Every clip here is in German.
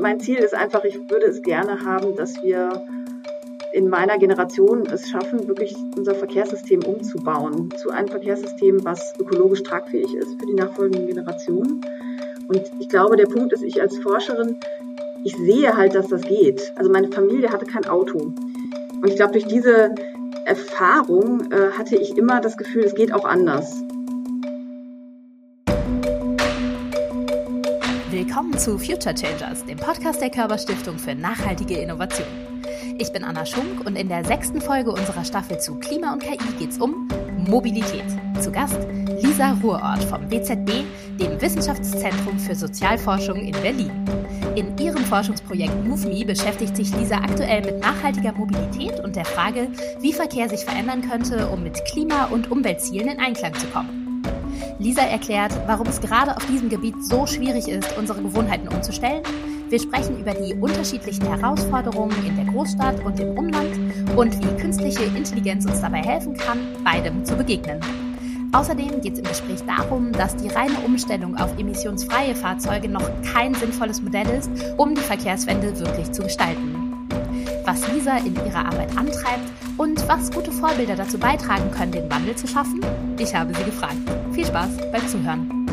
Mein Ziel ist einfach, ich würde es gerne haben, dass wir in meiner Generation es schaffen, wirklich unser Verkehrssystem umzubauen zu einem Verkehrssystem, was ökologisch tragfähig ist für die nachfolgenden Generationen. Und ich glaube, der Punkt ist, ich als Forscherin, ich sehe halt, dass das geht. Also meine Familie hatte kein Auto. Und ich glaube, durch diese Erfahrung hatte ich immer das Gefühl, es geht auch anders. Willkommen zu Future Changers, dem Podcast der Körber-Stiftung für nachhaltige Innovation. Ich bin Anna Schunk und in der 6. Folge unserer Staffel zu Klima und KI geht es um Mobilität. Zu Gast Lisa Ruhrort vom WZB, dem Wissenschaftszentrum für Sozialforschung in Berlin. In ihrem Forschungsprojekt MoveMe beschäftigt sich Lisa aktuell mit nachhaltiger Mobilität und der Frage, wie Verkehr sich verändern könnte, um mit Klima- und Umweltzielen in Einklang zu kommen. Lisa erklärt, warum es gerade auf diesem Gebiet so schwierig ist, unsere Gewohnheiten umzustellen. Wir sprechen über die unterschiedlichen Herausforderungen in der Großstadt und im Umland und wie künstliche Intelligenz uns dabei helfen kann, beidem zu begegnen. Außerdem geht es im Gespräch darum, dass die reine Umstellung auf emissionsfreie Fahrzeuge noch kein sinnvolles Modell ist, um die Verkehrswende wirklich zu gestalten. Was Lisa in ihrer Arbeit antreibt und was gute Vorbilder dazu beitragen können, den Wandel zu schaffen? Ich habe sie gefragt. Viel Spaß beim Zuhören.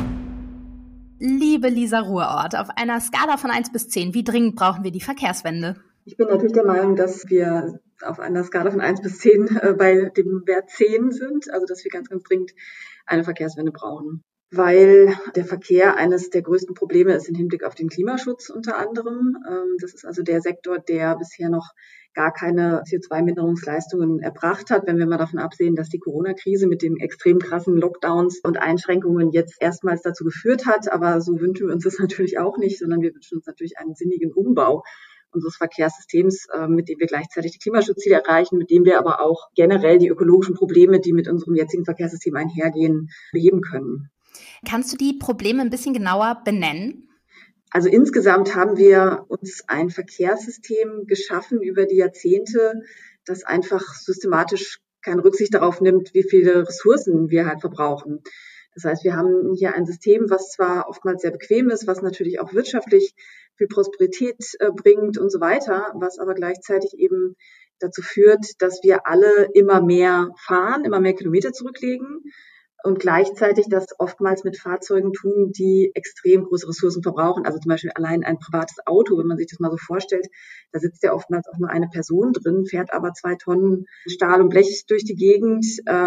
Liebe Lisa Ruhrort, auf einer Skala von 1 bis 10, wie dringend brauchen wir die Verkehrswende? Ich bin natürlich der Meinung, dass wir auf einer Skala von 1 bis 10 bei dem Wert 10 sind, also dass wir ganz, ganz dringend eine Verkehrswende brauchen. Weil der Verkehr eines der größten Probleme ist im Hinblick auf den Klimaschutz unter anderem. Das ist also der Sektor, der bisher noch gar keine CO2-Minderungsleistungen erbracht hat, wenn wir mal davon absehen, dass die Corona-Krise mit den extrem krassen Lockdowns und Einschränkungen jetzt erstmals dazu geführt hat. Aber so wünschen wir uns das natürlich auch nicht, sondern wir wünschen uns natürlich einen sinnigen Umbau unseres Verkehrssystems, mit dem wir gleichzeitig die Klimaschutzziele erreichen, mit dem wir aber auch generell die ökologischen Probleme, die mit unserem jetzigen Verkehrssystem einhergehen, beheben können. Kannst du die Probleme ein bisschen genauer benennen? Also insgesamt haben wir uns ein Verkehrssystem geschaffen über die Jahrzehnte, das einfach systematisch keine Rücksicht darauf nimmt, wie viele Ressourcen wir halt verbrauchen. Das heißt, wir haben hier ein System, was zwar oftmals sehr bequem ist, was natürlich auch wirtschaftlich viel Prosperität bringt und so weiter, was aber gleichzeitig eben dazu führt, dass wir alle immer mehr fahren, immer mehr Kilometer zurücklegen und gleichzeitig das oftmals mit Fahrzeugen tun, die extrem große Ressourcen verbrauchen. Also zum Beispiel allein ein privates Auto, wenn man sich das mal so vorstellt, da sitzt ja oftmals auch nur eine Person drin, fährt aber 2 Tonnen Stahl und Blech durch die Gegend.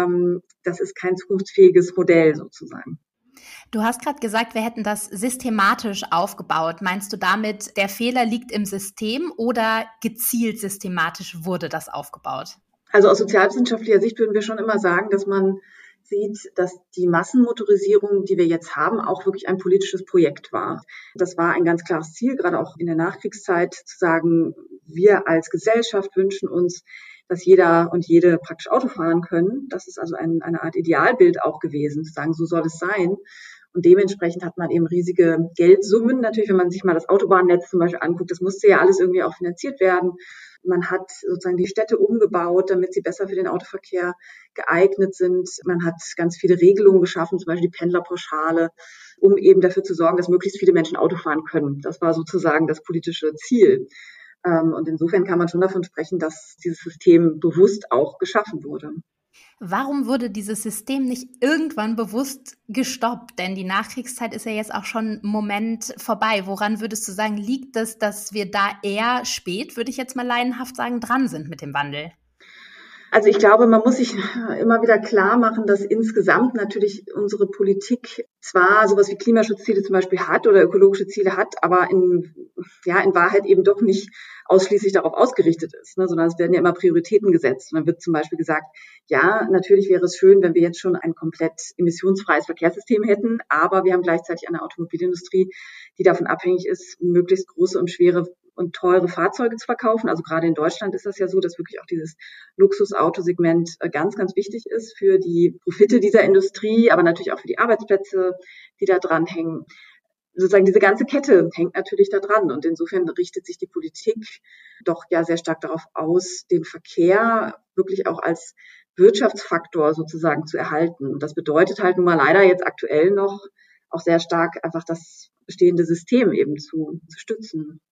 Das ist kein zukunftsfähiges Modell sozusagen. Du hast gerade gesagt, wir hätten das systematisch aufgebaut. Meinst du damit, der Fehler liegt im System oder gezielt systematisch wurde das aufgebaut? Also aus sozialwissenschaftlicher Sicht würden wir schon immer sagen, dass man sieht, dass die Massenmotorisierung, die wir jetzt haben, auch wirklich ein politisches Projekt war. Das war ein ganz klares Ziel, gerade auch in der Nachkriegszeit, zu sagen, wir als Gesellschaft wünschen uns, dass jeder und jede praktisch Auto fahren können. Das ist also eine Art Idealbild auch gewesen, zu sagen, so soll es sein. Und dementsprechend hat man eben riesige Geldsummen. Natürlich, wenn man sich mal das Autobahnnetz zum Beispiel anguckt, das musste ja alles irgendwie auch finanziert werden. Man hat sozusagen die Städte umgebaut, damit sie besser für den Autoverkehr geeignet sind. Man hat ganz viele Regelungen geschaffen, zum Beispiel die Pendlerpauschale, um eben dafür zu sorgen, dass möglichst viele Menschen Auto fahren können. Das war sozusagen das politische Ziel. Und insofern kann man schon davon sprechen, dass dieses System bewusst auch geschaffen wurde. Warum wurde dieses System nicht irgendwann bewusst gestoppt? Denn die Nachkriegszeit ist ja jetzt auch schon einen Moment vorbei. Woran würdest du sagen, liegt es, dass wir da eher spät, würde ich jetzt mal laienhaft sagen, dran sind mit dem Wandel? Also ich glaube, man muss sich immer wieder klar machen, dass insgesamt natürlich unsere Politik zwar sowas wie Klimaschutzziele zum Beispiel hat oder ökologische Ziele hat, aber in Wahrheit eben doch nicht ausschließlich darauf ausgerichtet ist, sondern es werden ja immer Prioritäten gesetzt. Und dann wird zum Beispiel gesagt, ja, natürlich wäre es schön, wenn wir jetzt schon ein komplett emissionsfreies Verkehrssystem hätten, aber wir haben gleich eine Automobilindustrie, die davon abhängig ist, möglichst große und schwere und teure Fahrzeuge zu verkaufen. Also gerade in Deutschland ist das ja so, dass wirklich auch dieses Luxusautosegment ganz, ganz wichtig ist für die Profite dieser Industrie, aber natürlich auch für die Arbeitsplätze, die da dranhängen. Sozusagen diese ganze Kette hängt natürlich da dran und insofern richtet sich die Politik doch ja sehr stark darauf aus, den Verkehr wirklich auch als Wirtschaftsfaktor sozusagen zu erhalten. Und das bedeutet halt nun mal leider jetzt aktuell noch auch sehr stark einfach das bestehende System eben zu stützen.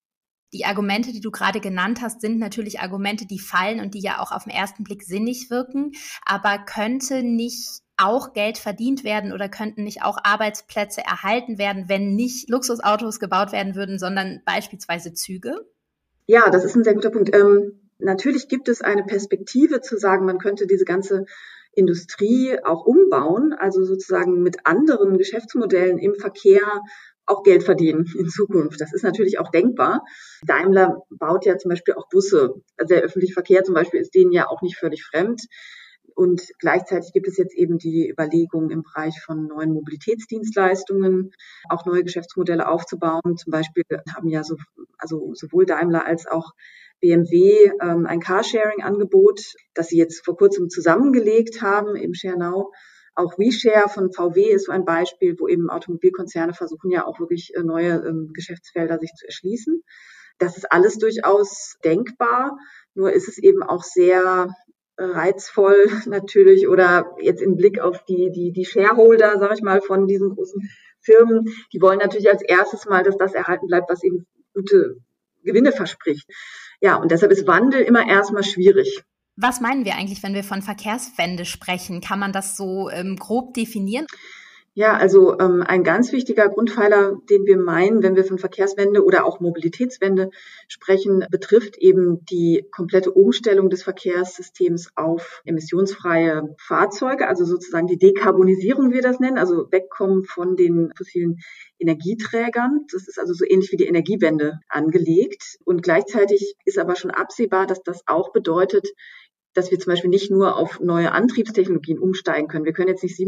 Die Argumente, die du gerade genannt hast, sind natürlich Argumente, die fallen und die ja auch auf den ersten Blick sinnig wirken. Aber könnte nicht auch Geld verdient werden oder könnten nicht auch Arbeitsplätze erhalten werden, wenn nicht Luxusautos gebaut werden würden, sondern beispielsweise Züge? Ja, das ist ein sehr guter Punkt. Natürlich gibt es eine Perspektive zu sagen, man könnte diese ganze Industrie auch umbauen, also sozusagen mit anderen Geschäftsmodellen im Verkehr auch Geld verdienen in Zukunft. Das ist natürlich auch denkbar. Daimler baut ja zum Beispiel auch Busse. Also der öffentliche Verkehr zum Beispiel ist denen ja auch nicht völlig fremd. Und gleichzeitig gibt es jetzt eben die Überlegung im Bereich von neuen Mobilitätsdienstleistungen, auch neue Geschäftsmodelle aufzubauen. Zum Beispiel haben ja sowohl Daimler als auch BMW ein Carsharing-Angebot, das sie jetzt vor kurzem zusammengelegt haben im ShareNow. Auch WeShare von VW ist so ein Beispiel, wo eben Automobilkonzerne versuchen ja auch wirklich neue Geschäftsfelder sich zu erschließen. Das ist alles durchaus denkbar, nur ist es eben auch sehr reizvoll natürlich oder jetzt im Blick auf die Shareholder, sage ich mal, von diesen großen Firmen, die wollen natürlich als erstes mal, dass das erhalten bleibt, was eben gute Gewinne verspricht. Ja, und deshalb ist Wandel immer erstmal schwierig. Was meinen wir eigentlich, wenn wir von Verkehrswende sprechen? Kann man das so grob definieren? Ja, also ein ganz wichtiger Grundpfeiler, den wir meinen, wenn wir von Verkehrswende oder auch Mobilitätswende sprechen, betrifft eben die komplette Umstellung des Verkehrssystems auf emissionsfreie Fahrzeuge, also sozusagen die Dekarbonisierung, wie wir das nennen, also wegkommen von den fossilen Energieträgern. Das ist also so ähnlich wie die Energiewende angelegt. Und gleichzeitig ist aber schon absehbar, dass das auch bedeutet, dass wir zum Beispiel nicht nur auf neue Antriebstechnologien umsteigen können. Wir können jetzt nicht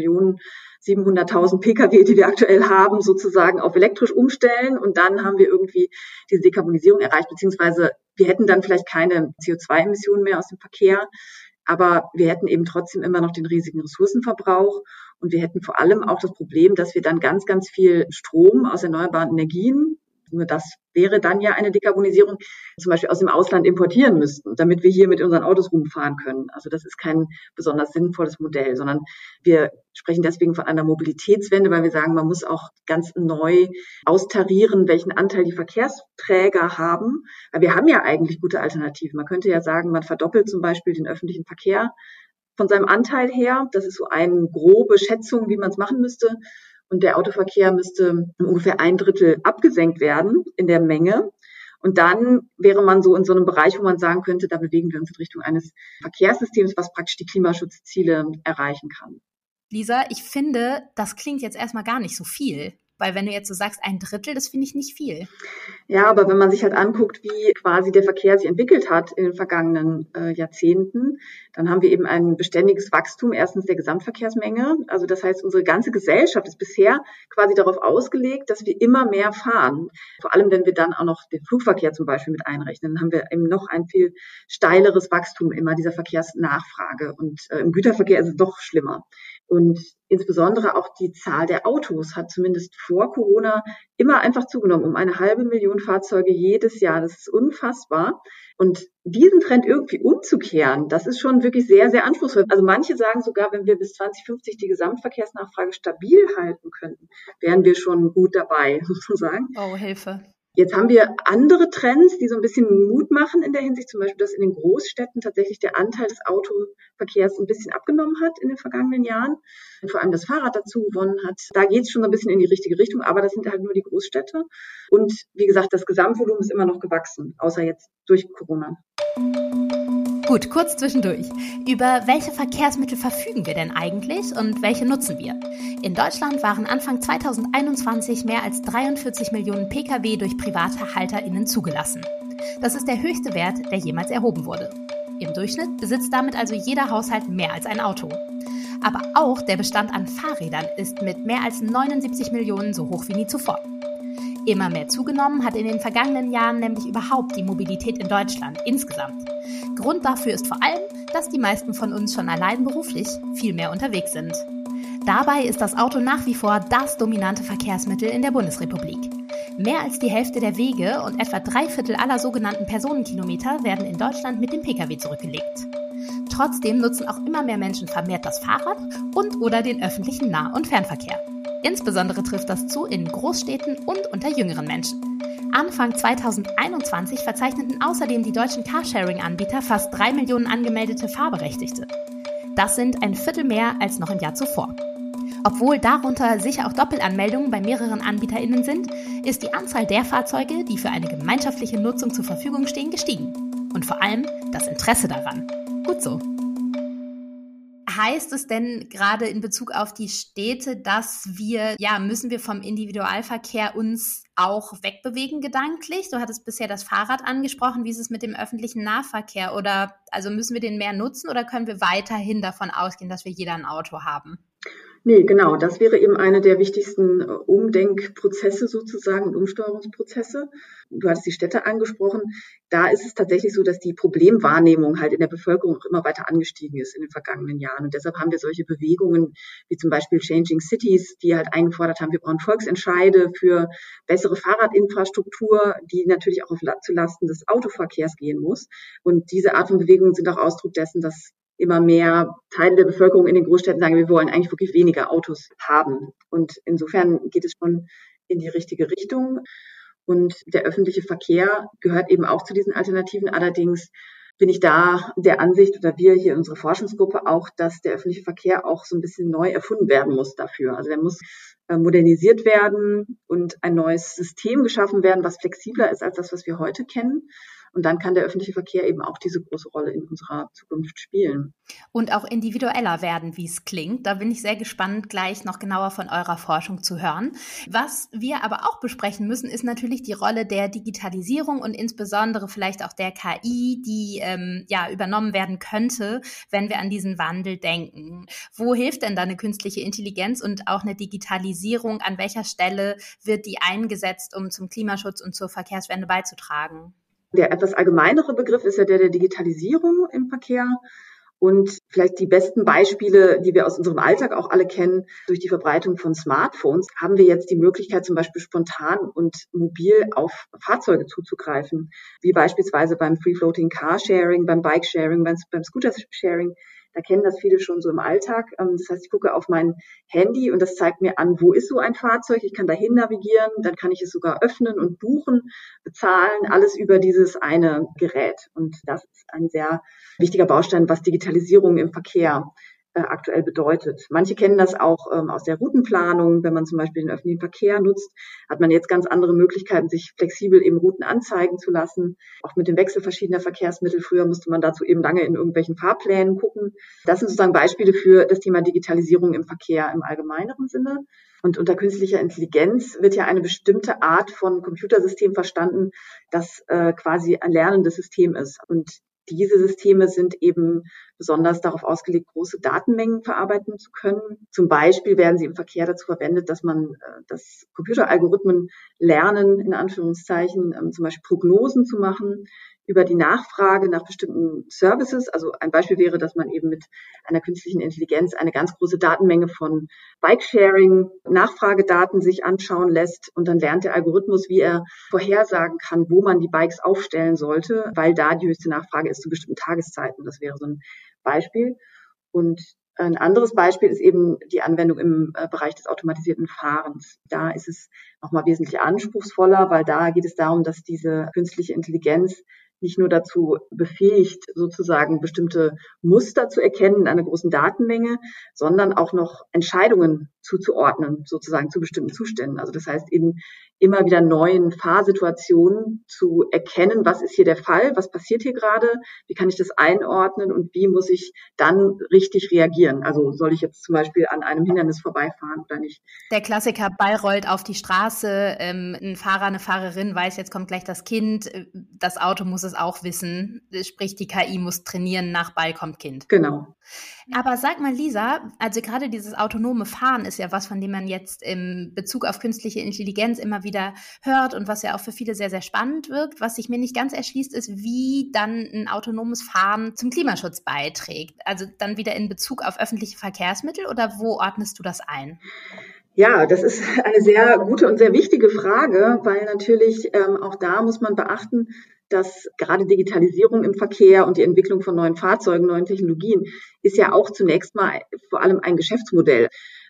47.700.000 Pkw, die wir aktuell haben, sozusagen auf elektrisch umstellen und dann haben wir irgendwie diese Dekarbonisierung erreicht, beziehungsweise wir hätten dann vielleicht keine CO2-Emissionen mehr aus dem Verkehr, aber wir hätten eben trotzdem immer noch den riesigen Ressourcenverbrauch und wir hätten vor allem auch das Problem, dass wir dann ganz, ganz viel Strom aus erneuerbaren Energien, nur das wäre dann ja eine Dekarbonisierung, zum Beispiel aus dem Ausland importieren müssten, damit wir hier mit unseren Autos rumfahren können. Also das ist kein besonders sinnvolles Modell, sondern wir sprechen deswegen von einer Mobilitätswende, weil wir sagen, man muss auch ganz neu austarieren, welchen Anteil die Verkehrsträger haben. Weil wir haben ja eigentlich gute Alternativen. Man könnte ja sagen, man verdoppelt zum Beispiel den öffentlichen Verkehr von seinem Anteil her. Das ist so eine grobe Schätzung, wie man es machen müsste. Und der Autoverkehr müsste ungefähr 1/3 abgesenkt werden in der Menge. Und dann wäre man so in so einem Bereich, wo man sagen könnte, da bewegen wir uns in Richtung eines Verkehrssystems, was praktisch die Klimaschutzziele erreichen kann. Lisa, ich finde, das klingt jetzt erstmal gar nicht so viel. Weil wenn du jetzt so sagst, 1/3, das finde ich nicht viel. Ja, aber wenn man sich halt anguckt, wie quasi der Verkehr sich entwickelt hat in den vergangenen Jahrzehnten, dann haben wir eben ein beständiges Wachstum erstens der Gesamtverkehrsmenge. Also das heißt, unsere ganze Gesellschaft ist bisher quasi darauf ausgelegt, dass wir immer mehr fahren. Vor allem, wenn wir dann auch noch den Flugverkehr zum Beispiel mit einrechnen, dann haben wir eben noch ein viel steileres Wachstum immer dieser Verkehrsnachfrage. Und im Güterverkehr ist es doch schlimmer. Und insbesondere auch die Zahl der Autos hat zumindest vor Corona immer einfach zugenommen, um 500.000 Fahrzeuge jedes Jahr. Das ist unfassbar. Und diesen Trend irgendwie umzukehren, das ist schon wirklich sehr, sehr anspruchsvoll. Also manche sagen sogar, wenn wir bis 2050 die Gesamtverkehrsnachfrage stabil halten könnten, wären wir schon gut dabei, sozusagen. Oh, Hilfe. Jetzt haben wir andere Trends, die so ein bisschen Mut machen in der Hinsicht, zum Beispiel, dass in den Großstädten tatsächlich der Anteil des Autoverkehrs ein bisschen abgenommen hat in den vergangenen Jahren. Und vor allem das Fahrrad dazu gewonnen hat. Da geht es schon so ein bisschen in die richtige Richtung, aber das sind halt nur die Großstädte. Und wie gesagt, das Gesamtvolumen ist immer noch gewachsen, außer jetzt durch Corona. Gut, kurz zwischendurch. Über welche Verkehrsmittel verfügen wir denn eigentlich und welche nutzen wir? In Deutschland waren Anfang 2021 mehr als 43 Millionen Pkw durch private HalterInnen zugelassen. Das ist der höchste Wert, der jemals erhoben wurde. Im Durchschnitt besitzt damit also jeder Haushalt mehr als ein Auto. Aber auch der Bestand an Fahrrädern ist mit mehr als 79 Millionen so hoch wie nie zuvor. Immer mehr zugenommen hat in den vergangenen Jahren nämlich überhaupt die Mobilität in Deutschland insgesamt. Grund dafür ist vor allem, dass die meisten von uns schon allein beruflich viel mehr unterwegs sind. Dabei ist das Auto nach wie vor das dominante Verkehrsmittel in der Bundesrepublik. Mehr als die Hälfte der Wege und etwa 3/4 aller sogenannten Personenkilometer werden in Deutschland mit dem Pkw zurückgelegt. Trotzdem nutzen auch immer mehr Menschen vermehrt das Fahrrad und/oder den öffentlichen Nah- und Fernverkehr. Insbesondere trifft das zu in Großstädten und unter jüngeren Menschen. Anfang 2021 verzeichneten außerdem die deutschen Carsharing-Anbieter fast 3 Millionen angemeldete Fahrberechtigte. Das sind ein Viertel mehr als noch im Jahr zuvor. Obwohl darunter sicher auch Doppelanmeldungen bei mehreren AnbieterInnen sind, ist die Anzahl der Fahrzeuge, die für eine gemeinschaftliche Nutzung zur Verfügung stehen, gestiegen. Und vor allem das Interesse daran. Gut so. Heißt es denn gerade in Bezug auf die Städte, dass müssen wir vom Individualverkehr uns auch wegbewegen gedanklich? Du hattest bisher das Fahrrad angesprochen. Wie ist es mit dem öffentlichen Nahverkehr? Oder also müssen wir den mehr nutzen oder können wir weiterhin davon ausgehen, dass wir jeder ein Auto haben? Nee, genau. Das wäre eben eine der wichtigsten Umdenkprozesse sozusagen und Umsteuerungsprozesse. Du hattest die Städte angesprochen. Da ist es tatsächlich so, dass die Problemwahrnehmung halt in der Bevölkerung auch immer weiter angestiegen ist in den vergangenen Jahren. Und deshalb haben wir solche Bewegungen wie zum Beispiel Changing Cities, die halt eingefordert haben, wir brauchen Volksentscheide für bessere Fahrradinfrastruktur, die natürlich auch zulasten des Autoverkehrs gehen muss. Und diese Art von Bewegungen sind auch Ausdruck dessen, dass immer mehr Teile der Bevölkerung in den Großstädten sagen, wir wollen eigentlich wirklich weniger Autos haben. Und insofern geht es schon in die richtige Richtung. Und der öffentliche Verkehr gehört eben auch zu diesen Alternativen. Allerdings bin ich da der Ansicht, oder wir hier in unserer Forschungsgruppe auch, dass der öffentliche Verkehr auch so ein bisschen neu erfunden werden muss dafür. Also der muss modernisiert werden und ein neues System geschaffen werden, was flexibler ist als das, was wir heute kennen. Und dann kann der öffentliche Verkehr eben auch diese große Rolle in unserer Zukunft spielen. Und auch individueller werden, wie es klingt. Da bin ich sehr gespannt, gleich noch genauer von eurer Forschung zu hören. Was wir aber auch besprechen müssen, ist natürlich die Rolle der Digitalisierung und insbesondere vielleicht auch der KI, die übernommen werden könnte, wenn wir an diesen Wandel denken. Wo hilft denn da eine künstliche Intelligenz und auch eine Digitalisierung? An welcher Stelle wird die eingesetzt, um zum Klimaschutz und zur Verkehrswende beizutragen? Der etwas allgemeinere Begriff ist ja der Digitalisierung im Verkehr. Und vielleicht die besten Beispiele, die wir aus unserem Alltag auch alle kennen, durch die Verbreitung von Smartphones, haben wir jetzt die Möglichkeit, zum Beispiel spontan und mobil auf Fahrzeuge zuzugreifen, wie beispielsweise beim Free-Floating Carsharing, beim Bike-Sharing, beim Scooter-Sharing. Da kennen das viele schon so im Alltag. Das heißt, ich gucke auf mein Handy und das zeigt mir an, wo ist so ein Fahrzeug. Ich kann dahin navigieren, dann kann ich es sogar öffnen und buchen, bezahlen, alles über dieses eine Gerät. Und das ist ein sehr wichtiger Baustein, was Digitalisierung im Verkehr aktuell bedeutet. Manche kennen das auch aus der Routenplanung. Wenn man zum Beispiel den öffentlichen Verkehr nutzt, hat man jetzt ganz andere Möglichkeiten, sich flexibel eben Routen anzeigen zu lassen. Auch mit dem Wechsel verschiedener Verkehrsmittel. Früher musste man dazu eben lange in irgendwelchen Fahrplänen gucken. Das sind sozusagen Beispiele für das Thema Digitalisierung im Verkehr im allgemeineren Sinne. Und unter künstlicher Intelligenz wird ja eine bestimmte Art von Computersystem verstanden, das quasi ein lernendes System ist. Und diese Systeme sind eben besonders darauf ausgelegt, große Datenmengen verarbeiten zu können. Zum Beispiel werden sie im Verkehr dazu verwendet, dass Computeralgorithmen lernen, in Anführungszeichen, zum Beispiel Prognosen zu machen über die Nachfrage nach bestimmten Services. Also ein Beispiel wäre, dass man eben mit einer künstlichen Intelligenz eine ganz große Datenmenge von Bike-Sharing, Nachfragedaten sich anschauen lässt und dann lernt der Algorithmus, wie er vorhersagen kann, wo man die Bikes aufstellen sollte, weil da die höchste Nachfrage ist zu bestimmten Tageszeiten. Das wäre so ein Beispiel. Und ein anderes Beispiel ist eben die Anwendung im Bereich des automatisierten Fahrens. Da ist es nochmal wesentlich anspruchsvoller, weil da geht es darum, dass diese künstliche Intelligenz nicht nur dazu befähigt, sozusagen bestimmte Muster zu erkennen in einer großen Datenmenge, sondern auch noch Entscheidungen zuzuordnen, sozusagen zu bestimmten Zuständen. Also das heißt, in immer wieder neuen Fahrsituationen zu erkennen, was ist hier der Fall, was passiert hier gerade, wie kann ich das einordnen und wie muss ich dann richtig reagieren. Also soll ich jetzt zum Beispiel an einem Hindernis vorbeifahren oder nicht? Der Klassiker, Ball rollt auf die Straße, ein Fahrer, eine Fahrerin weiß, jetzt kommt gleich das Kind, das Auto muss es auch wissen, sprich die KI muss trainieren, nach Ball kommt Kind. Genau. Aber sag mal, Lisa, also gerade dieses autonome Fahren ist ja was, von dem man jetzt im Bezug auf künstliche Intelligenz immer wieder hört und was ja auch für viele sehr, sehr spannend wirkt. Was sich mir nicht ganz erschließt, ist, wie dann ein autonomes Fahren zum Klimaschutz beiträgt. Also dann wieder in Bezug auf öffentliche Verkehrsmittel oder wo ordnest du das ein? Ja, das ist eine sehr gute und sehr wichtige Frage, weil natürlich auch da muss man beachten, dass gerade Digitalisierung im Verkehr und die Entwicklung von neuen Fahrzeugen, neuen Technologien ist ja auch zunächst mal vor allem ein Geschäftsmodell.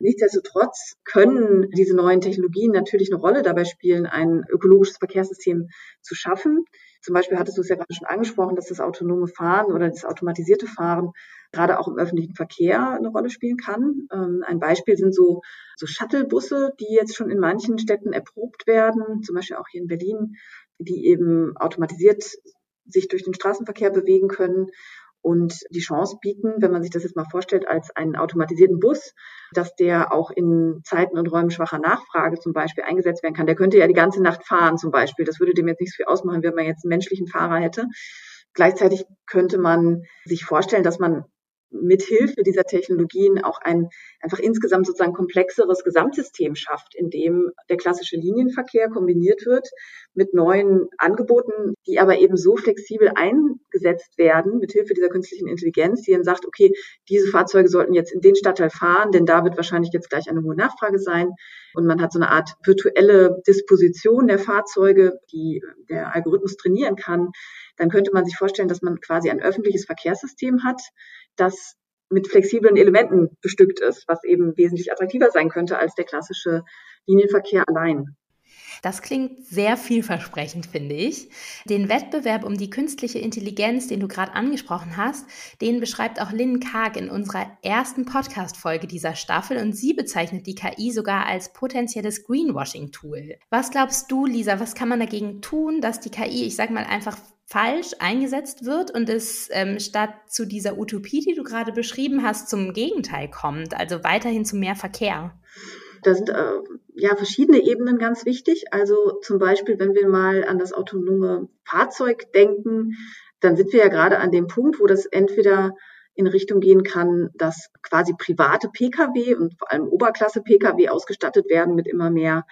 Nichtsdestotrotz können diese neuen Technologien natürlich eine Rolle dabei spielen, ein ökologisches Verkehrssystem zu schaffen. Zum Beispiel hattest du es ja gerade schon angesprochen, dass das autonome Fahren oder das automatisierte Fahren gerade auch im öffentlichen Verkehr eine Rolle spielen kann. Ein Beispiel sind so Shuttlebusse, die jetzt schon in manchen Städten erprobt werden, zum Beispiel auch hier in Berlin, die eben automatisiert sich durch den Straßenverkehr bewegen können und die Chance bieten, wenn man sich das jetzt mal vorstellt, als einen automatisierten Bus, dass der auch in Zeiten und Räumen schwacher Nachfrage zum Beispiel eingesetzt werden kann. Der könnte ja die ganze Nacht fahren zum Beispiel. Das würde dem jetzt nicht so viel ausmachen, wenn man jetzt einen menschlichen Fahrer hätte. Gleichzeitig könnte man sich vorstellen, dass man mithilfe dieser Technologien auch ein einfach insgesamt sozusagen komplexeres Gesamtsystem schafft, in dem der klassische Linienverkehr kombiniert wird mit neuen Angeboten, die aber eben so flexibel eingesetzt werden, mithilfe dieser künstlichen Intelligenz, die dann sagt, okay, diese Fahrzeuge sollten jetzt in den Stadtteil fahren, denn da wird wahrscheinlich jetzt gleich eine hohe Nachfrage sein. Und man hat so eine Art virtuelle Disposition der Fahrzeuge, die der Algorithmus trainieren kann. Dann könnte man sich vorstellen, dass man quasi ein öffentliches Verkehrssystem hat, das mit flexiblen Elementen bestückt ist, was eben wesentlich attraktiver sein könnte als der klassische Linienverkehr allein. Das klingt sehr vielversprechend, finde ich. Den Wettbewerb um die künstliche Intelligenz, den du gerade angesprochen hast, den beschreibt auch Lynn Karg in unserer ersten Podcast-Folge dieser Staffel und sie bezeichnet die KI sogar als potenzielles Greenwashing-Tool. Was glaubst du, Lisa, was kann man dagegen tun, dass die KI, ich sag mal, einfach falsch eingesetzt wird und es statt zu dieser Utopie, die du gerade beschrieben hast, zum Gegenteil kommt, also weiterhin zu mehr Verkehr? Da sind verschiedene Ebenen ganz wichtig. Also zum Beispiel, wenn wir mal an das autonome Fahrzeug denken, dann sind wir ja gerade an dem Punkt, wo das entweder in Richtung gehen kann, dass quasi private Pkw und vor allem Oberklasse-Pkw ausgestattet werden mit immer mehr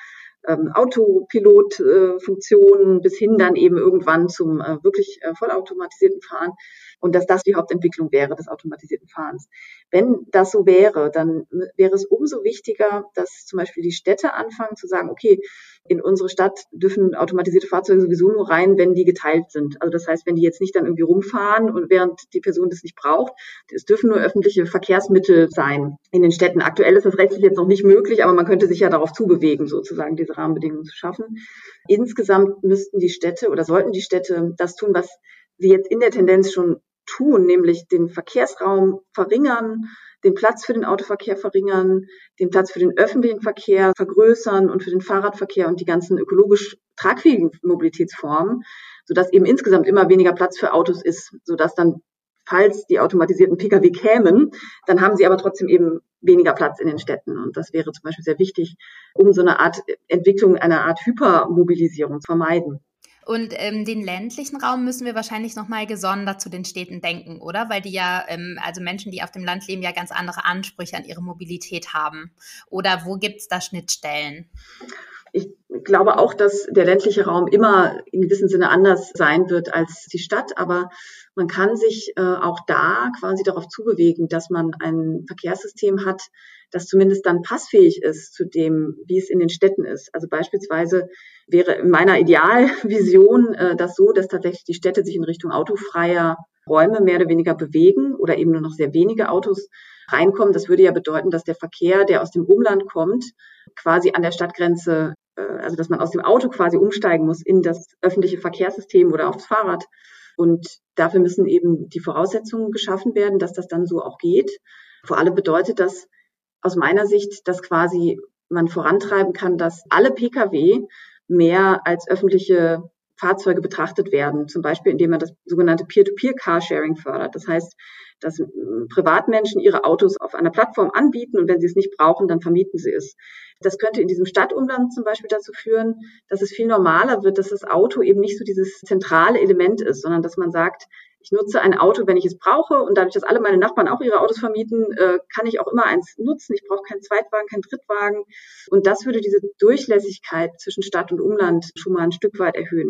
Autopilot-Funktionen bis hin dann eben irgendwann zum wirklich vollautomatisierten Fahren und dass das die Hauptentwicklung wäre des automatisierten Fahrens. Wenn das so wäre, dann wäre es umso wichtiger, dass zum Beispiel die Städte anfangen zu sagen, okay, in unsere Stadt dürfen automatisierte Fahrzeuge sowieso nur rein, wenn die geteilt sind. Also das heißt, wenn die jetzt nicht dann irgendwie rumfahren und während die Person das nicht braucht, es dürfen nur öffentliche Verkehrsmittel sein in den Städten. Aktuell ist das rechtlich jetzt noch nicht möglich, aber man könnte sich ja darauf zubewegen, sozusagen diese Rahmenbedingungen zu schaffen. Insgesamt müssten die Städte oder sollten die Städte das tun, was sie jetzt in der Tendenz schon tun, nämlich den Verkehrsraum verringern, den Platz für den Autoverkehr verringern, den Platz für den öffentlichen Verkehr vergrößern und für den Fahrradverkehr und die ganzen ökologisch tragfähigen Mobilitätsformen, sodass eben insgesamt immer weniger Platz für Autos ist, sodass dann, falls die automatisierten Pkw kämen, dann haben sie aber trotzdem eben weniger Platz in den Städten. Und das wäre zum Beispiel sehr wichtig, um so eine Art Entwicklung, eine Art Hypermobilisierung zu vermeiden. Und den ländlichen Raum müssen wir wahrscheinlich nochmal gesondert zu den Städten denken, oder? Weil die ja, also Menschen, die auf dem Land leben, ja ganz andere Ansprüche an ihre Mobilität haben. Oder wo gibt es da Schnittstellen? Ich glaube auch, dass der ländliche Raum immer in gewissem Sinne anders sein wird als die Stadt, aber man kann sich auch da quasi darauf zubewegen, dass man ein Verkehrssystem hat, das zumindest dann passfähig ist zu dem, wie es in den Städten ist. Also beispielsweise wäre in meiner Idealvision das so, dass tatsächlich die Städte sich in Richtung autofreier Räume mehr oder weniger bewegen oder eben nur noch sehr wenige Autos reinkommen. Das würde ja bedeuten, dass der Verkehr, der aus dem Umland kommt, quasi an der Stadtgrenze, also dass man aus dem Auto quasi umsteigen muss in das öffentliche Verkehrssystem oder aufs Fahrrad. Und dafür müssen eben die Voraussetzungen geschaffen werden, dass das dann so auch geht. Vor allem bedeutet das aus meiner Sicht, dass quasi man vorantreiben kann, dass alle Pkw mehr als öffentliche Fahrzeuge betrachtet werden, zum Beispiel indem man das sogenannte Peer-to-Peer-Carsharing fördert. Das heißt, dass Privatmenschen ihre Autos auf einer Plattform anbieten und wenn sie es nicht brauchen, dann vermieten sie es. Das könnte in diesem Stadtumland zum Beispiel dazu führen, dass es viel normaler wird, dass das Auto eben nicht so dieses zentrale Element ist, sondern dass man sagt, ich nutze ein Auto, wenn ich es brauche und dadurch, dass alle meine Nachbarn auch ihre Autos vermieten, kann ich auch immer eins nutzen. Ich brauche keinen Zweitwagen, keinen Drittwagen und das würde diese Durchlässigkeit zwischen Stadt und Umland schon mal ein Stück weit erhöhen.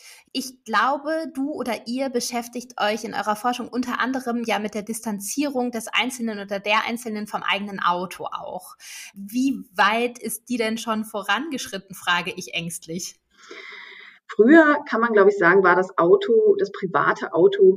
Ich glaube, du oder ihr beschäftigt euch in eurer Forschung unter anderem ja mit der Distanzierung des Einzelnen oder der Einzelnen vom eigenen Auto auch. Wie weit ist die denn schon vorangeschritten, frage ich ängstlich. Früher kann man, glaube ich, sagen, war das Auto, das private Auto,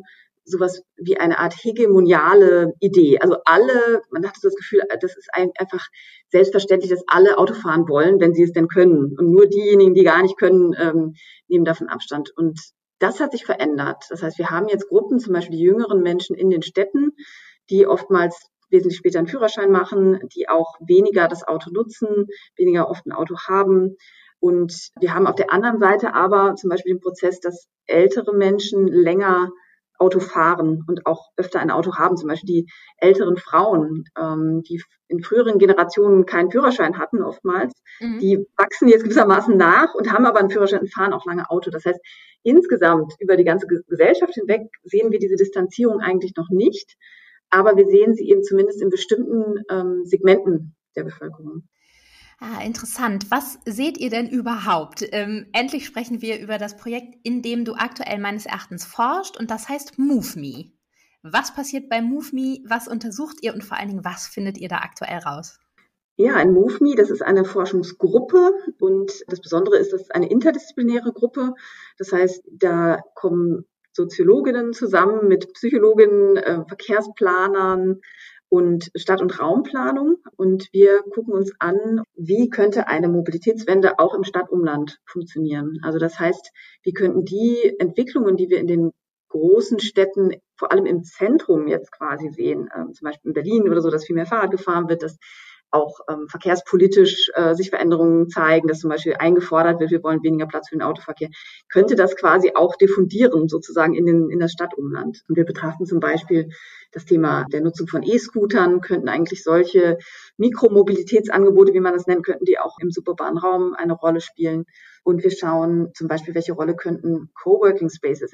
sowas wie eine Art hegemoniale Idee. Also man hat so das Gefühl, das ist einfach selbstverständlich, dass alle Auto fahren wollen, wenn sie es denn können. Und nur diejenigen, die gar nicht können, nehmen davon Abstand. Und das hat sich verändert. Das heißt, wir haben jetzt Gruppen, zum Beispiel die jüngeren Menschen in den Städten, die oftmals wesentlich später einen Führerschein machen, die auch weniger das Auto nutzen, weniger oft ein Auto haben. Und wir haben auf der anderen Seite aber zum Beispiel den Prozess, dass ältere Menschen länger Auto fahren und auch öfter ein Auto haben. Zum Beispiel die älteren Frauen, die in früheren Generationen keinen Führerschein hatten oftmals, die wachsen jetzt gewissermaßen nach und haben aber einen Führerschein und fahren auch lange Auto. Das heißt, insgesamt über die ganze Gesellschaft hinweg sehen wir diese Distanzierung eigentlich noch nicht, aber wir sehen sie eben zumindest in bestimmten Segmenten der Bevölkerung. Interessant. Was seht ihr denn überhaupt? Endlich sprechen wir über das Projekt, in dem du aktuell meines Erachtens forscht, und das heißt MoveMe. Was passiert bei MoveMe? Was untersucht ihr und vor allen Dingen, was findet ihr da aktuell raus? Ja, in MoveMe, das ist eine Forschungsgruppe und das Besondere ist, das ist eine interdisziplinäre Gruppe. Das heißt, da kommen Soziologinnen zusammen mit Psychologinnen, Verkehrsplanern und Stadt- und Raumplanung. Und wir gucken uns an, wie könnte eine Mobilitätswende auch im Stadtumland funktionieren. Also das heißt, wie könnten die Entwicklungen, die wir in den großen Städten, vor allem im Zentrum jetzt quasi sehen, zum Beispiel in Berlin oder so, dass viel mehr Fahrrad gefahren wird, dass auch verkehrspolitisch sich Veränderungen zeigen, dass zum Beispiel eingefordert wird, wir wollen weniger Platz für den Autoverkehr, könnte das quasi auch diffundieren sozusagen in das Stadtumland. Und wir betrachten zum Beispiel das Thema der Nutzung von E-Scootern, könnten eigentlich solche Mikromobilitätsangebote, wie man das nennt, könnten die auch im suburbanen Raum eine Rolle spielen. Und wir schauen zum Beispiel, welche Rolle könnten Coworking Spaces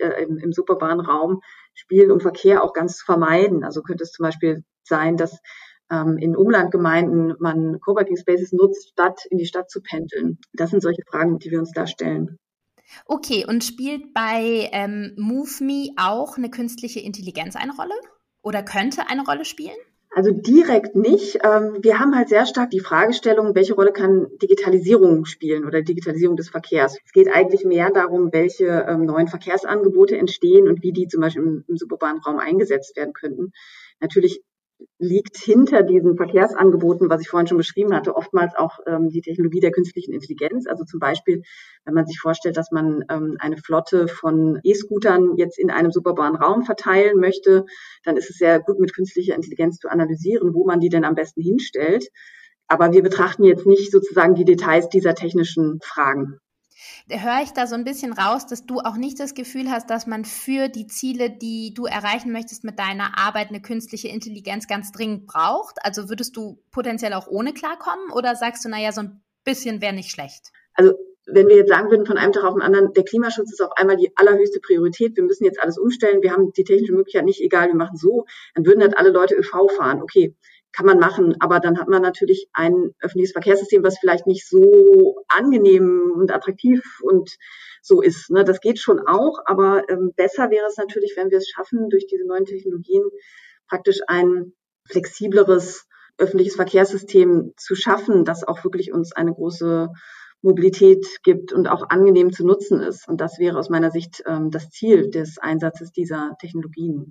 im suburbanen Raum spielen, um Verkehr auch ganz zu vermeiden. Also könnte es zum Beispiel sein, dass in Umlandgemeinden man Coworking Spaces nutzt, statt in die Stadt zu pendeln. Das sind solche Fragen, die wir uns da stellen. Okay, und spielt bei MoveMe auch eine künstliche Intelligenz eine Rolle? Oder könnte eine Rolle spielen? Also direkt nicht. Wir haben halt sehr stark die Fragestellung, welche Rolle kann Digitalisierung spielen oder Digitalisierung des Verkehrs. Es geht eigentlich mehr darum, welche neuen Verkehrsangebote entstehen und wie die zum Beispiel im suburbanen Raum eingesetzt werden könnten. Natürlich liegt hinter diesen Verkehrsangeboten, was ich vorhin schon beschrieben hatte, oftmals auch die Technologie der künstlichen Intelligenz. Also zum Beispiel, wenn man sich vorstellt, dass man eine Flotte von E-Scootern jetzt in einem suburbanen Raum verteilen möchte, dann ist es sehr gut, mit künstlicher Intelligenz zu analysieren, wo man die denn am besten hinstellt. Aber wir betrachten jetzt nicht sozusagen die Details dieser technischen Fragen. Höre ich da so ein bisschen raus, dass du auch nicht das Gefühl hast, dass man für die Ziele, die du erreichen möchtest mit deiner Arbeit, eine künstliche Intelligenz ganz dringend braucht? Also würdest du potenziell auch ohne klarkommen oder sagst du, naja, so ein bisschen wäre nicht schlecht? Also wenn wir jetzt sagen würden von einem Tag auf den anderen, der Klimaschutz ist auf einmal die allerhöchste Priorität, wir müssen jetzt alles umstellen, wir haben die technische Möglichkeit nicht, egal, wir machen so, dann würden halt alle Leute ÖV fahren. Okay, kann man machen, aber dann hat man natürlich ein öffentliches Verkehrssystem, was vielleicht nicht so angenehm und attraktiv und so ist. Ne? Das geht schon auch, aber besser wäre es natürlich, wenn wir es schaffen, durch diese neuen Technologien praktisch ein flexibleres öffentliches Verkehrssystem zu schaffen, das auch wirklich uns eine große Mobilität gibt und auch angenehm zu nutzen ist. Und das wäre aus meiner Sicht das Ziel des Einsatzes dieser Technologien.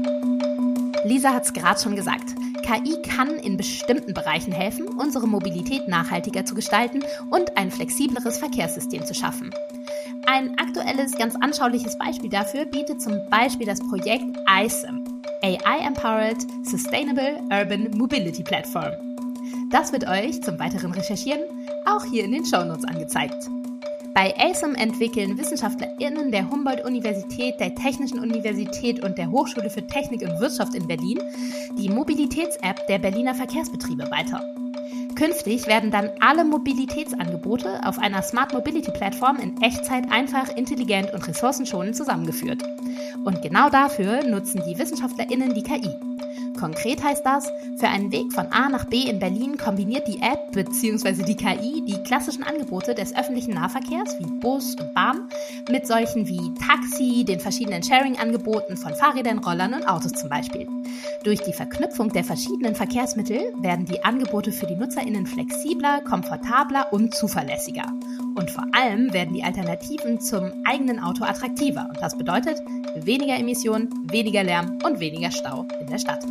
Lisa hat es gerade schon gesagt. KI kann in bestimmten Bereichen helfen, unsere Mobilität nachhaltiger zu gestalten und ein flexibleres Verkehrssystem zu schaffen. Ein aktuelles, ganz anschauliches Beispiel dafür bietet zum Beispiel das Projekt iSIM, AI-Empowered Sustainable Urban Mobility Platform. Das wird euch zum weiteren Recherchieren auch hier in den Shownotes angezeigt. Bei iSIM entwickeln WissenschaftlerInnen der Humboldt-Universität, der Technischen Universität und der Hochschule für Technik und Wirtschaft in Berlin die Mobilitäts-App der Berliner Verkehrsbetriebe weiter. Künftig werden dann alle Mobilitätsangebote auf einer Smart Mobility Plattform in Echtzeit einfach, intelligent und ressourcenschonend zusammengeführt. Und genau dafür nutzen die WissenschaftlerInnen die KI. Konkret heißt das, für einen Weg von A nach B in Berlin kombiniert die App bzw. die KI die klassischen Angebote des öffentlichen Nahverkehrs wie Bus und Bahn mit solchen wie Taxi, den verschiedenen Sharing-Angeboten von Fahrrädern, Rollern und Autos zum Beispiel. Durch die Verknüpfung der verschiedenen Verkehrsmittel werden die Angebote für die NutzerInnen flexibler, komfortabler und zuverlässiger. Und vor allem werden die Alternativen zum eigenen Auto attraktiver. Und das bedeutet weniger Emissionen, weniger Lärm und weniger Stau in der Stadt.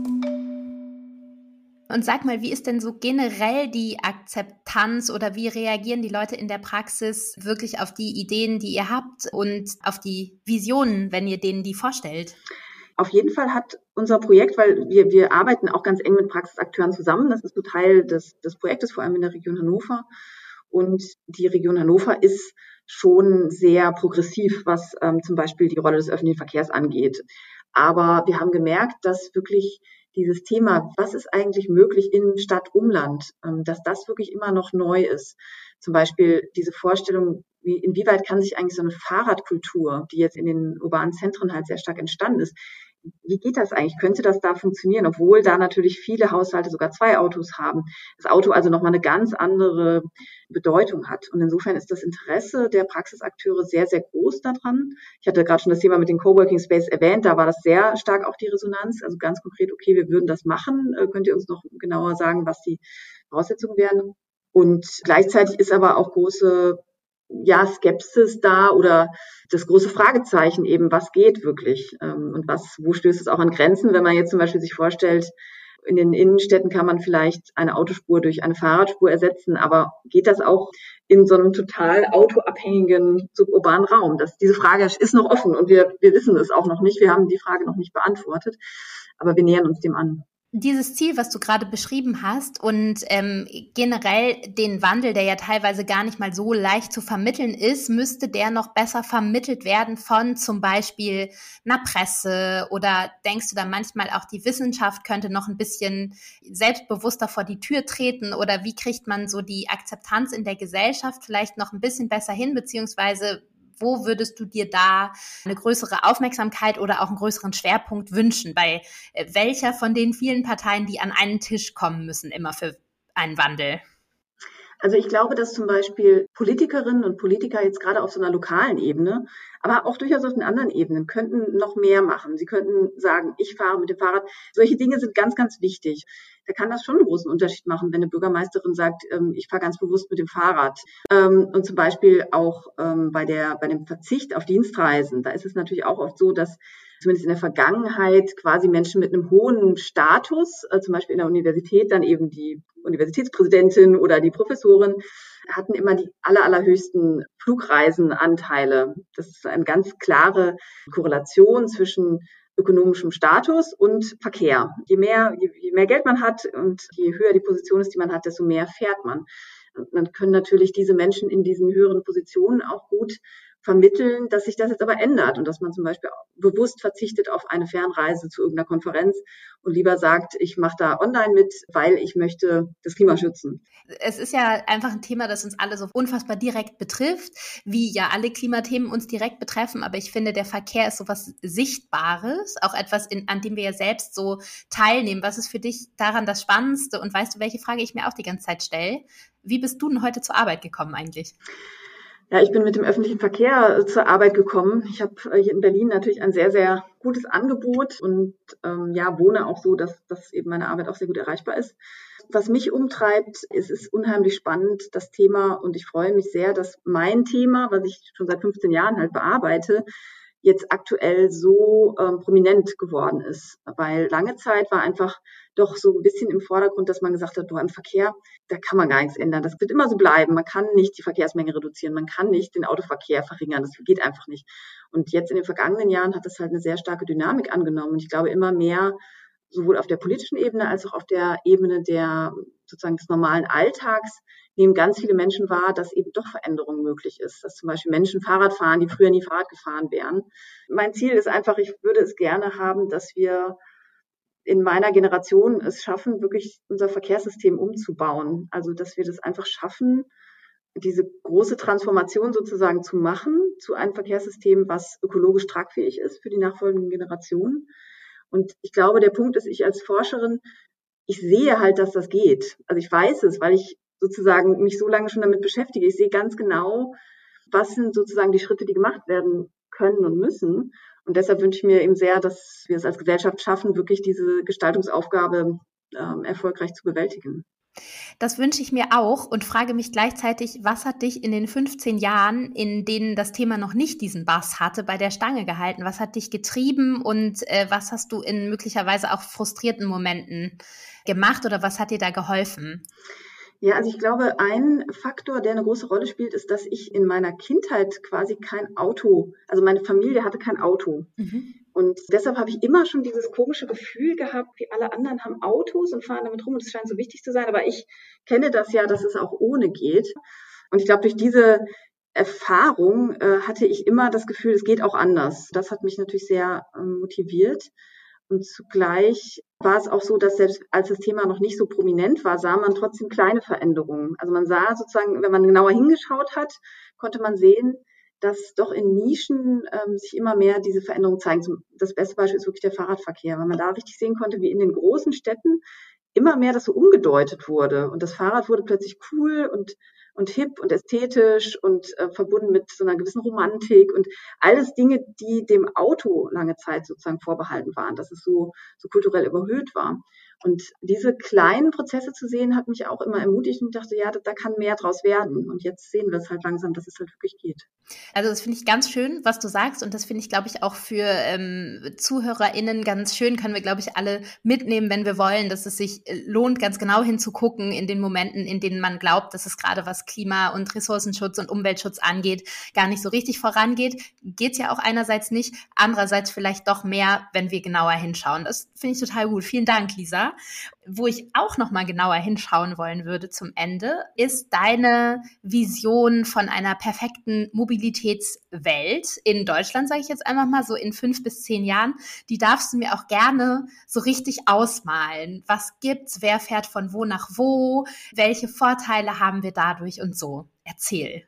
Und sag mal, wie ist denn so generell die Akzeptanz oder wie reagieren die Leute in der Praxis wirklich auf die Ideen, die ihr habt und auf die Visionen, wenn ihr denen die vorstellt? Auf jeden Fall hat unser Projekt, weil wir arbeiten auch ganz eng mit Praxisakteuren zusammen, das ist so Teil des Projektes, vor allem in der Region Hannover. Und die Region Hannover ist schon sehr progressiv, was zum Beispiel die Rolle des öffentlichen Verkehrs angeht. Aber wir haben gemerkt, dass wirklich dieses Thema, was ist eigentlich möglich in Stadt-Umland, dass das wirklich immer noch neu ist. Zum Beispiel diese Vorstellung, inwieweit kann sich eigentlich so eine Fahrradkultur, die jetzt in den urbanen Zentren halt sehr stark entstanden ist, wie geht das eigentlich? Könnte das da funktionieren, obwohl da natürlich viele Haushalte sogar 2 Autos haben? Das Auto also nochmal eine ganz andere Bedeutung hat. Und insofern ist das Interesse der Praxisakteure sehr, sehr groß daran. Ich hatte gerade schon das Thema mit den Coworking Space erwähnt, da war das sehr stark auch die Resonanz. Also ganz konkret, okay, wir würden das machen. Könnt ihr uns noch genauer sagen, was die Voraussetzungen wären? Und gleichzeitig ist aber auch große Skepsis da oder das große Fragezeichen eben, was geht wirklich und wo stößt es auch an Grenzen, wenn man jetzt zum Beispiel sich vorstellt, in den Innenstädten kann man vielleicht eine Autospur durch eine Fahrradspur ersetzen, aber geht das auch in so einem total autoabhängigen suburbanen Raum? Diese Frage ist noch offen und wir wissen es auch noch nicht, wir haben die Frage noch nicht beantwortet, aber wir nähern uns dem an. Dieses Ziel, was du gerade beschrieben hast und generell den Wandel, der ja teilweise gar nicht mal so leicht zu vermitteln ist, müsste der noch besser vermittelt werden von zum Beispiel einer Presse oder denkst du da manchmal auch, die Wissenschaft könnte noch ein bisschen selbstbewusster vor die Tür treten oder wie kriegt man so die Akzeptanz in der Gesellschaft vielleicht noch ein bisschen besser hin, beziehungsweise wo würdest du dir da eine größere Aufmerksamkeit oder auch einen größeren Schwerpunkt wünschen? Bei welcher von den vielen Parteien, die an einen Tisch kommen müssen, immer für einen Wandel? Also ich glaube, dass zum Beispiel Politikerinnen und Politiker jetzt gerade auf so einer lokalen Ebene, aber auch durchaus auf den anderen Ebenen, könnten noch mehr machen. Sie könnten sagen, ich fahre mit dem Fahrrad. Solche Dinge sind ganz, ganz wichtig. Da kann das schon einen großen Unterschied machen, wenn eine Bürgermeisterin sagt, ich fahre ganz bewusst mit dem Fahrrad. Und zum Beispiel auch bei dem Verzicht auf Dienstreisen, da ist es natürlich auch oft so, dass zumindest in der Vergangenheit quasi Menschen mit einem hohen Status, zum Beispiel in der Universität, dann eben die Universitätspräsidentin oder die Professorin, hatten immer die allerhöchsten Flugreisenanteile. Das ist eine ganz klare Korrelation zwischen ökonomischem Status und Verkehr. Je mehr Geld man hat und je höher die Position ist, die man hat, desto mehr fährt man. Und dann können natürlich diese Menschen in diesen höheren Positionen auch gut vermitteln, dass sich das jetzt aber ändert und dass man zum Beispiel bewusst verzichtet auf eine Fernreise zu irgendeiner Konferenz und lieber sagt, ich mache da online mit, weil ich möchte das Klima schützen. Es ist ja einfach ein Thema, das uns alle so unfassbar direkt betrifft, wie ja alle Klimathemen uns direkt betreffen. Aber ich finde, der Verkehr ist so was Sichtbares, auch etwas, an dem wir ja selbst so teilnehmen. Was ist für dich daran das Spannendste? Und weißt du, welche Frage ich mir auch die ganze Zeit stelle? Wie bist du denn heute zur Arbeit gekommen eigentlich? Ja, ich bin mit dem öffentlichen Verkehr zur Arbeit gekommen. Ich habe hier in Berlin natürlich ein sehr, sehr gutes Angebot und wohne auch so, dass eben meine Arbeit auch sehr gut erreichbar ist. Was mich umtreibt, es ist unheimlich spannend, das Thema, und ich freue mich sehr, dass mein Thema, was ich schon seit 15 Jahren halt bearbeite, jetzt aktuell so prominent geworden ist. Weil lange Zeit war einfach doch so ein bisschen im Vordergrund, dass man gesagt hat, im Verkehr, da kann man gar nichts ändern. Das wird immer so bleiben. Man kann nicht die Verkehrsmenge reduzieren. Man kann nicht den Autoverkehr verringern. Das geht einfach nicht. Und jetzt in den vergangenen Jahren hat das halt eine sehr starke Dynamik angenommen. Und ich glaube, immer mehr, sowohl auf der politischen Ebene als auch auf der Ebene der sozusagen des normalen Alltags, nehmen ganz viele Menschen wahr, dass eben doch Veränderung möglich ist. Dass zum Beispiel Menschen Fahrrad fahren, die früher nie Fahrrad gefahren wären. Mein Ziel ist einfach, ich würde es gerne haben, dass wir in meiner Generation es schaffen, wirklich unser Verkehrssystem umzubauen. Also, dass wir das einfach schaffen, diese große Transformation sozusagen zu machen zu einem Verkehrssystem, was ökologisch tragfähig ist für die nachfolgenden Generationen. Und ich glaube, der Punkt ist, ich als Forscherin, ich sehe halt, dass das geht. Also ich weiß es, weil ich sozusagen mich so lange schon damit beschäftige. Ich sehe ganz genau, was sind sozusagen die Schritte, die gemacht werden können und müssen. Und deshalb wünsche ich mir eben sehr, dass wir es als Gesellschaft schaffen, wirklich diese Gestaltungsaufgabe erfolgreich zu bewältigen. Das wünsche ich mir auch und frage mich gleichzeitig, was hat dich in den 15 Jahren, in denen das Thema noch nicht diesen Bass hatte, bei der Stange gehalten? Was hat dich getrieben und was hast du in möglicherweise auch frustrierten Momenten gemacht oder was hat dir da geholfen? Ja, also ich glaube, ein Faktor, der eine große Rolle spielt, ist, dass ich in meiner Kindheit quasi kein Auto, also meine Familie hatte kein Auto. Mhm. Und deshalb habe ich immer schon dieses komische Gefühl gehabt, wie alle anderen haben Autos und fahren damit rum und es scheint so wichtig zu sein. Aber ich kenne das ja, dass es auch ohne geht. Und ich glaube, durch diese Erfahrung hatte ich immer das Gefühl, es geht auch anders. Das hat mich natürlich sehr motiviert. Und zugleich war es auch so, dass selbst als das Thema noch nicht so prominent war, sah man trotzdem kleine Veränderungen. Also man sah sozusagen, wenn man genauer hingeschaut hat, konnte man sehen, dass doch in Nischen sich immer mehr diese Veränderungen zeigen. Das beste Beispiel ist wirklich der Fahrradverkehr, weil man da richtig sehen konnte, wie in den großen Städten immer mehr das so umgedeutet wurde. Und das Fahrrad wurde plötzlich cool und hip und ästhetisch und verbunden mit so einer gewissen Romantik und alles Dinge, die dem Auto lange Zeit sozusagen vorbehalten waren, dass es so kulturell überhöht war. Und diese kleinen Prozesse zu sehen, hat mich auch immer ermutigt und dachte, ja, da kann mehr draus werden. Und jetzt sehen wir es halt langsam, dass es halt wirklich geht. Also das finde ich ganz schön, was du sagst. Und das finde ich, glaube ich, auch für ZuhörerInnen ganz schön, können wir, glaube ich, alle mitnehmen, wenn wir wollen, dass es sich lohnt, ganz genau hinzugucken in den Momenten, in denen man glaubt, dass es gerade was Klima- und Ressourcenschutz und Umweltschutz angeht, gar nicht so richtig vorangeht. Geht es ja auch einerseits nicht, andererseits vielleicht doch mehr, wenn wir genauer hinschauen. Das finde ich total gut. Vielen Dank, Lisa. Wo ich auch noch mal genauer hinschauen wollen würde zum Ende, ist deine Vision von einer perfekten Mobilitätswelt in Deutschland, sage ich jetzt einfach mal, so in 5 bis 10 Jahren. Die darfst du mir auch gerne so richtig ausmalen. Was gibt's? Wer fährt von wo nach wo? Welche Vorteile haben wir dadurch und so? Erzähl.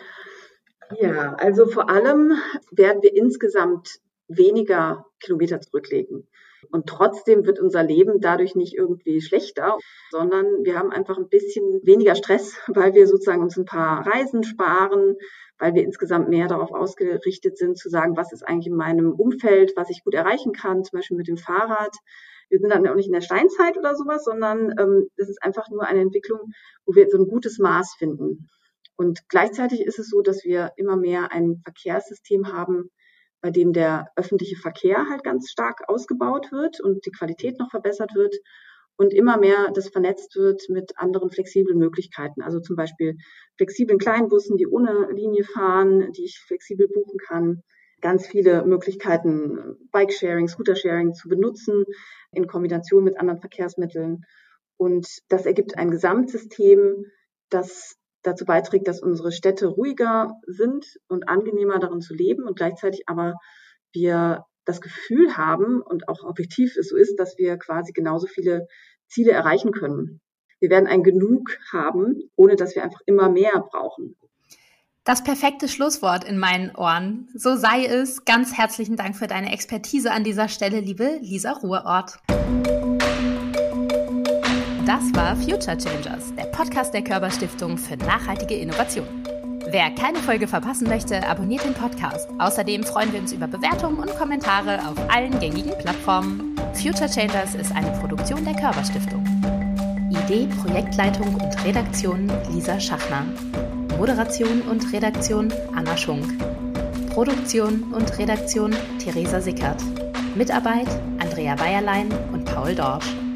Ja, also vor allem werden wir insgesamt weniger Kilometer zurücklegen. Und trotzdem wird unser Leben dadurch nicht irgendwie schlechter, sondern wir haben einfach ein bisschen weniger Stress, weil wir sozusagen uns ein paar Reisen sparen, weil wir insgesamt mehr darauf ausgerichtet sind, zu sagen, was ist eigentlich in meinem Umfeld, was ich gut erreichen kann, zum Beispiel mit dem Fahrrad. Wir sind dann auch nicht in der Steinzeit oder sowas, sondern das ist einfach nur eine Entwicklung, wo wir so ein gutes Maß finden. Und gleichzeitig ist es so, dass wir immer mehr ein Verkehrssystem haben, bei dem der öffentliche Verkehr halt ganz stark ausgebaut wird und die Qualität noch verbessert wird und immer mehr das vernetzt wird mit anderen flexiblen Möglichkeiten. Also zum Beispiel flexiblen Kleinbussen, die ohne Linie fahren, die ich flexibel buchen kann. Ganz viele Möglichkeiten, Bike-Sharing, Scooter-Sharing zu benutzen in Kombination mit anderen Verkehrsmitteln. Und das ergibt ein Gesamtsystem, das dazu beiträgt, dass unsere Städte ruhiger sind und angenehmer darin zu leben und gleichzeitig aber wir das Gefühl haben und auch objektiv es so ist, dass wir quasi genauso viele Ziele erreichen können. Wir werden ein Genug haben, ohne dass wir einfach immer mehr brauchen. Das perfekte Schlusswort in meinen Ohren. So sei es. Ganz herzlichen Dank für deine Expertise an dieser Stelle, liebe Lisa Ruhrort. Das war Future Changers, der Podcast der Körber-Stiftung für nachhaltige Innovation. Wer keine Folge verpassen möchte, abonniert den Podcast. Außerdem freuen wir uns über Bewertungen und Kommentare auf allen gängigen Plattformen. Future Changers ist eine Produktion der Körber-Stiftung. Idee, Projektleitung und Redaktion Lisa Schachner. Moderation und Redaktion Anna Schunk. Produktion und Redaktion Theresa Sickert. Mitarbeit Andrea Weierlein und Paul Dorsch.